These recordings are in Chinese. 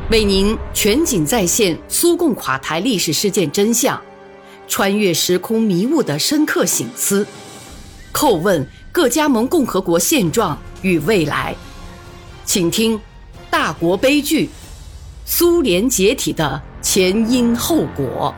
为您全景再现苏共垮台历史事件真相，穿越时空迷雾的深刻省思，叩问各加盟共和国现状与未来。请听大国悲剧，苏联解体的前因后果。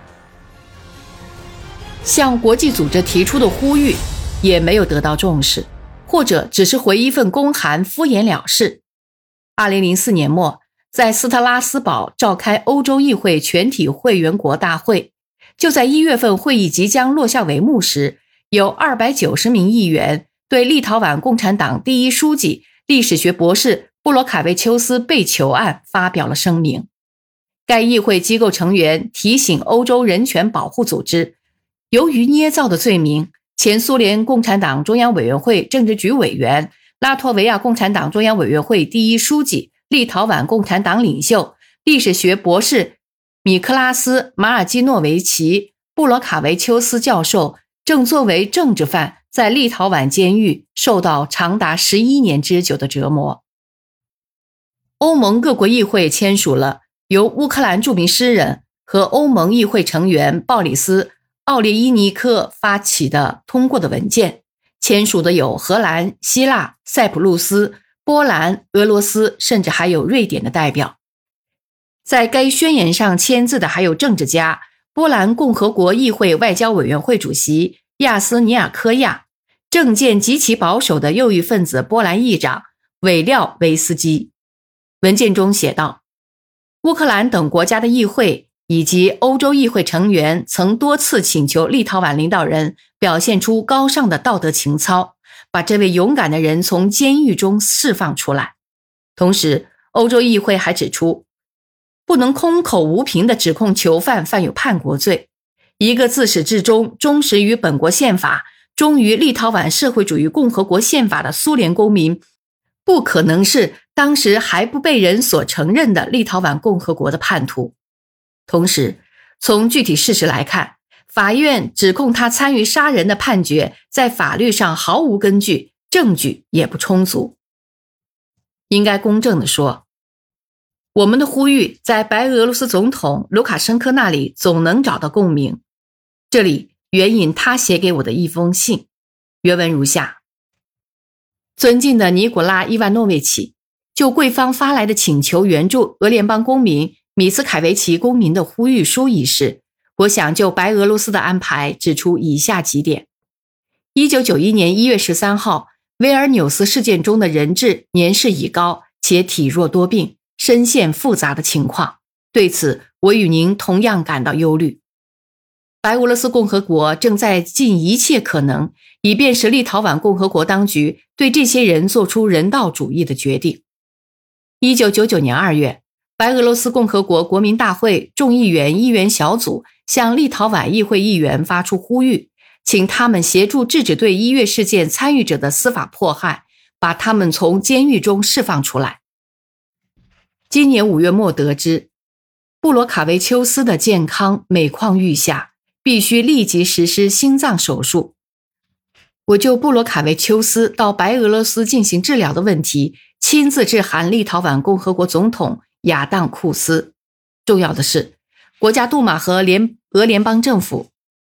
向国际组织提出的呼吁也没有得到重视，或者只是回一份公函敷衍了事。2004年末，在斯特拉斯堡召开欧洲议会全体会员国大会，就在1月份会议即将落下帷幕时，有290名议员对立陶宛共产党第一书记、历史学博士布罗卡维丘斯被囚案发表了声明。该议会机构成员提醒欧洲人权保护组织，由于捏造的罪名，前苏联共产党中央委员会政治局委员、拉脱维亚共产党中央委员会第一书记、立陶宛共产党领袖、历史学博士米克拉斯·马尔基诺维奇·布罗卡维丘斯教授正作为政治犯在立陶宛监狱受到长达11年之久的折磨。欧盟各国议会签署了由乌克兰著名诗人和欧盟议会成员鲍里斯·奥列伊尼克发起的通过的文件，签署的有荷兰、希腊、塞浦路斯、波兰、俄罗斯，甚至还有瑞典的代表。在该宣言上签字的还有政治家、波兰共和国议会外交委员会主席亚斯尼亚科亚，政见极其保守的右翼分子波兰议长韦廖维斯基。文件中写道，乌克兰等国家的议会以及欧洲议会成员曾多次请求立陶宛领导人表现出高尚的道德情操，把这位勇敢的人从监狱中释放出来。同时，欧洲议会还指出，不能空口无凭地指控囚犯犯有叛国罪。一个自始至终忠实于本国宪法、忠于立陶宛社会主义共和国宪法的苏联公民，不可能是当时还不被人所承认的立陶宛共和国的叛徒。同时，从具体事实来看，法院指控他参与杀人的判决在法律上毫无根据，证据也不充足。应该公正地说，我们的呼吁在白俄罗斯总统卢卡申科那里总能找到共鸣。这里援引他写给我的一封信，原文如下：尊敬的尼古拉·伊万诺维奇，就贵方发来的请求援助俄联邦公民米斯凯维奇公民的呼吁书一事，我想就白俄罗斯的安排指出以下几点。1991年1月13号，维尔纽斯事件中的人质年事已高且体弱多病，深陷复杂的情况，对此我与您同样感到忧虑。白俄罗斯共和国正在尽一切可能，以便使立陶宛共和国当局对这些人做出人道主义的决定。1999年2月，白俄罗斯共和国国民大会众议员议员小组向立陶宛议会议员发出呼吁，请他们协助制止对1月事件参与者的司法迫害，把他们从监狱中释放出来。今年5月末得知，布罗卡维丘斯的健康每况愈下，必须立即实施心脏手术。我就布罗卡维丘斯到白俄罗斯进行治疗的问题，亲自致函立陶宛共和国总统亚当库斯。重要的是，国家杜马和俄联邦政府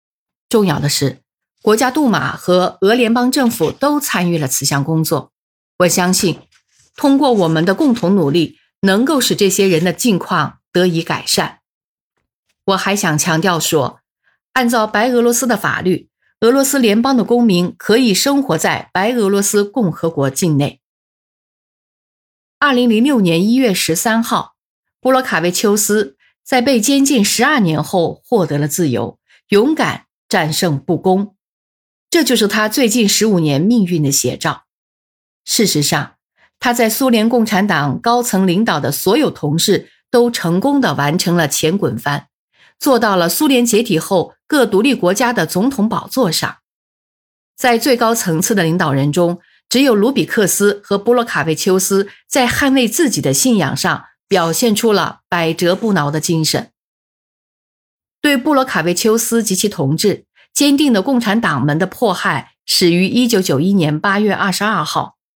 都参与了此项工作。我相信，通过我们的共同努力，能够使这些人的境况得以改善。我还想强调说，按照白俄罗斯的法律，俄罗斯联邦的公民可以生活在白俄罗斯共和国境内。2006年1月13号，布罗卡维丘斯在被监禁12年后获得了自由，勇敢战胜不公。这就是他最近15年命运的写照。事实上，他在苏联共产党高层领导的所有同事都成功地完成了前滚翻，做到了苏联解体后各独立国家的总统宝座上。在最高层次的领导人中，只有卢比克斯和布罗卡维丘斯在捍卫自己的信仰上表现出了百折不挠的精神。对布罗卡维丘斯及其同志，坚定的共产党们的迫害始于1991年8月22号。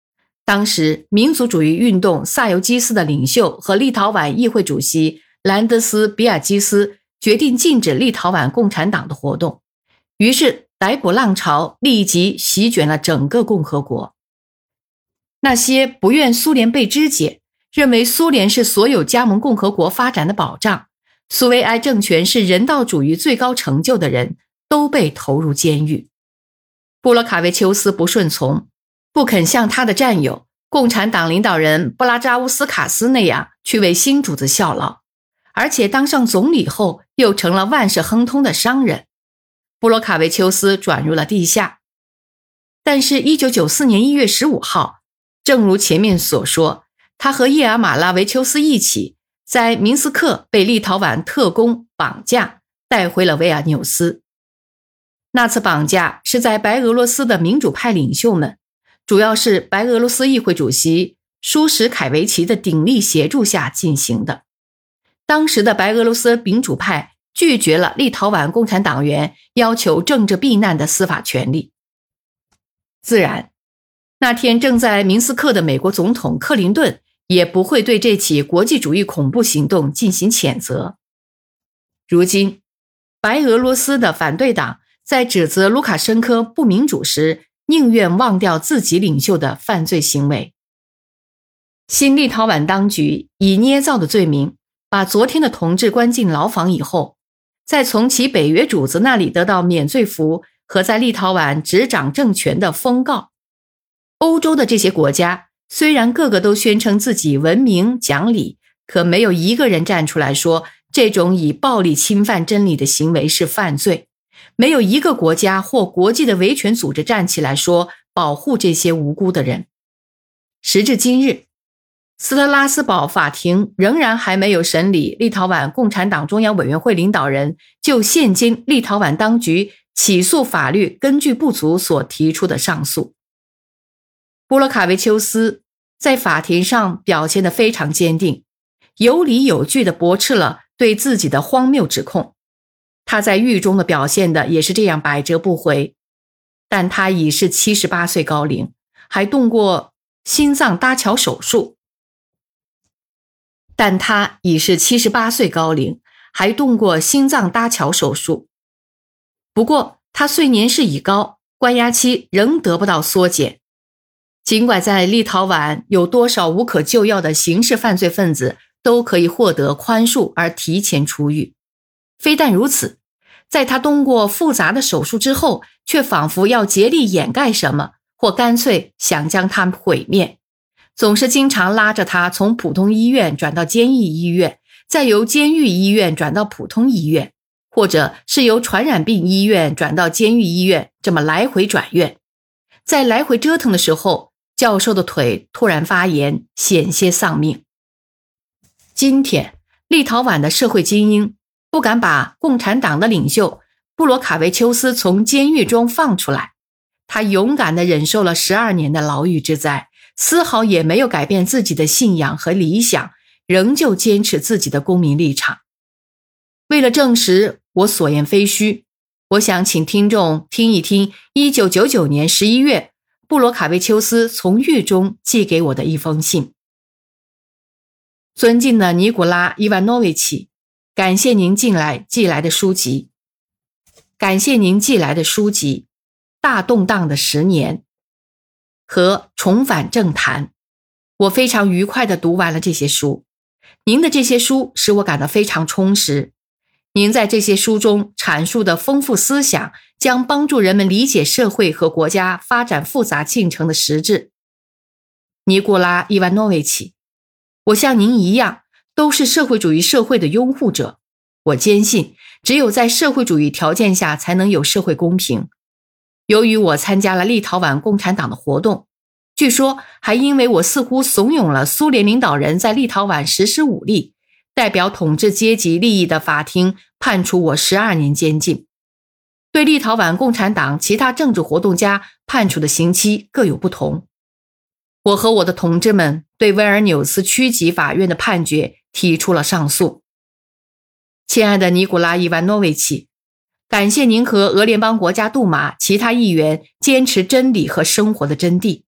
当时民族主义运动萨尤基斯的领袖和立陶宛议会主席兰德斯比尔基斯决定禁止立陶宛共产党的活动，于是逮捕浪潮立即席卷了整个共和国。那些不愿苏联被肢解，认为苏联是所有加盟共和国发展的保障，苏维埃政权是人道主义最高成就的人，都被投入监狱。布罗卡维丘斯不顺从，不肯像他的战友共产党领导人布拉扎乌斯卡斯那样去为新主子效劳，而且当上总理后又成了万事亨通的商人。布罗卡维丘斯转入了地下。但是1994年1月15号，正如前面所说，他和叶尔马拉维丘斯一起在明斯克被立陶宛特工绑架，带回了维尔纽斯。那次绑架是在白俄罗斯的民主派领袖们，主要是白俄罗斯议会主席舒什凯维奇的鼎力协助下进行的。当时的白俄罗斯民主派拒绝了立陶宛共产党员要求政治避难的司法权利。自然，那天正在明斯克的美国总统克林顿也不会对这起国际主义恐怖行动进行谴责。如今，白俄罗斯的反对党在指责卢卡申科不民主时，宁愿忘掉自己领袖的犯罪行为。新立陶宛当局以捏造的罪名把昨天的同志关进牢房以后，再从其北约主子那里得到免罪符和在立陶宛执掌政权的封告。欧洲的这些国家虽然个个都宣称自己文明讲理，可没有一个人站出来说这种以暴力侵犯真理的行为是犯罪，没有一个国家或国际的维权组织站起来说保护这些无辜的人。时至今日，斯特拉斯堡法庭仍然还没有审理立陶宛共产党中央委员会领导人就现今立陶宛当局起诉法律根据不足所提出的上诉。布罗卡维丘斯在法庭上表现得非常坚定，有理有据地驳斥了对自己的荒谬指控。他在狱中的表现的也是这样百折不回，但他已是78岁高龄，还动过心脏搭桥手术。不过他虽年事已高，关押期仍得不到缩减。尽管在立陶宛有多少无可救药的刑事犯罪分子都可以获得宽恕而提前出狱，非但如此，在他动过复杂的手术之后，却仿佛要竭力掩盖什么，或干脆想将他毁灭，总是经常拉着他从普通医院转到监狱医院，再由监狱医院转到普通医院，或者是由传染病医院转到监狱医院，这么来回转院。在来回折腾的时候，教授的腿突然发炎，险些丧命。今天，立陶宛的社会精英不敢把共产党的领袖布罗卡维丘斯从监狱中放出来，他勇敢地忍受了12年的牢狱之灾，丝毫也没有改变自己的信仰和理想，仍旧坚持自己的公民立场。为了证实我所言非虚，我想请听众听一听1999年11月布罗卡维丘斯从狱中寄给我的一封信。尊敬的尼古拉·伊万诺维奇，感谢您寄来的书籍。感谢您寄来的书籍《大动荡的10年》和《重返政坛》，我非常愉快地读完了这些书。您的这些书使我感到非常充实。您在这些书中阐述的丰富思想，将帮助人们理解社会和国家发展复杂进程的实质。尼古拉·伊万诺维奇，我像您一样，都是社会主义社会的拥护者。我坚信，只有在社会主义条件下才能有社会公平。由于我参加了立陶宛共产党的活动，据说还因为我似乎怂恿了苏联领导人在立陶宛实施武力，代表统治阶级利益的法庭判处我12年监禁。对立陶宛共产党其他政治活动家判处的刑期各有不同。我和我的同志们对维尔纽斯区级法院的判决提出了上诉。亲爱的尼古拉·伊万诺维奇，感谢您和俄联邦国家杜马其他议员坚持真理和生活的真谛，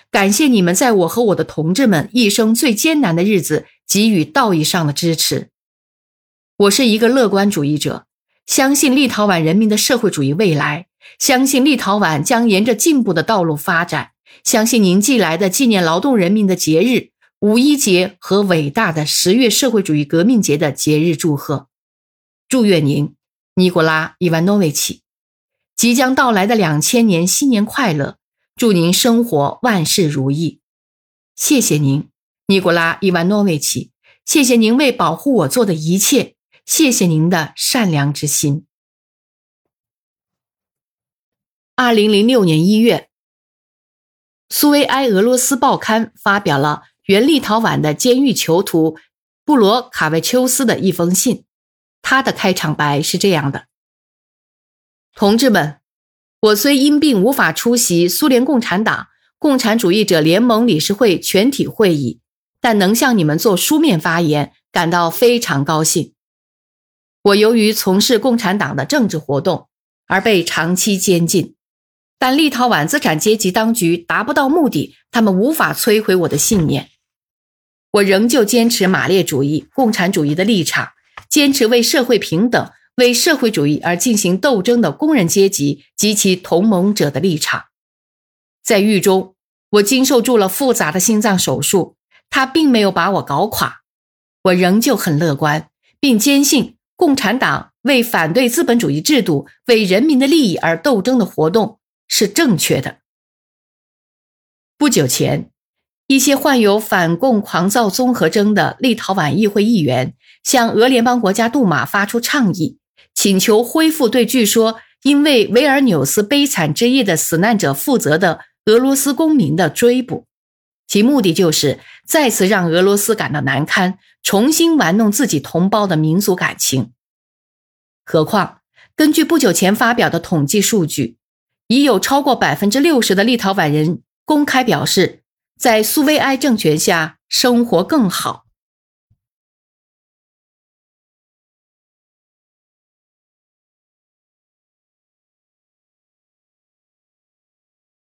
感谢你们在我和我的同志们一生最艰难的日子给予道义上的支持。我是一个乐观主义者，相信立陶宛人民的社会主义未来，相信立陶宛将沿着进步的道路发展，相信您寄来的纪念劳动人民的节日五一节和伟大的10月社会主义革命节的节日祝贺。祝愿您，尼古拉·伊万诺维奇，即将到来的2000年新年快乐，祝您生活万事如意。谢谢您，尼古拉·伊万诺维奇，谢谢您为保护我做的一切，谢谢您的善良之心。2006年1月，苏维埃俄罗斯报刊发表了原立陶宛的监狱囚徒布罗卡维丘斯的一封信，他的开场白是这样的：同志们，我虽因病无法出席苏联共产党共产主义者联盟理事会全体会议，但能向你们做书面发言，感到非常高兴。我由于从事共产党的政治活动而被长期监禁，但立陶宛资产阶级当局达不到目的，他们无法摧毁我的信念。我仍旧坚持马列主义、共产主义的立场，坚持为社会平等、为社会主义而进行斗争的工人阶级及其同盟者的立场。在狱中，我经受住了复杂的心脏手术，它并没有把我搞垮。我仍旧很乐观，并坚信共产党为反对资本主义制度、为人民的利益而斗争的活动是正确的。不久前，一些患有反共狂躁综合征的立陶宛议会议员向俄联邦国家杜马发出倡议，请求恢复对据说因为维尔纽斯悲惨之夜的死难者负责的俄罗斯公民的追捕，其目的就是再次让俄罗斯感到难堪，重新玩弄自己同胞的民族感情。何况，根据不久前发表的统计数据，已有超过 60% 的立陶宛人公开表示，在苏维埃政权下生活更好。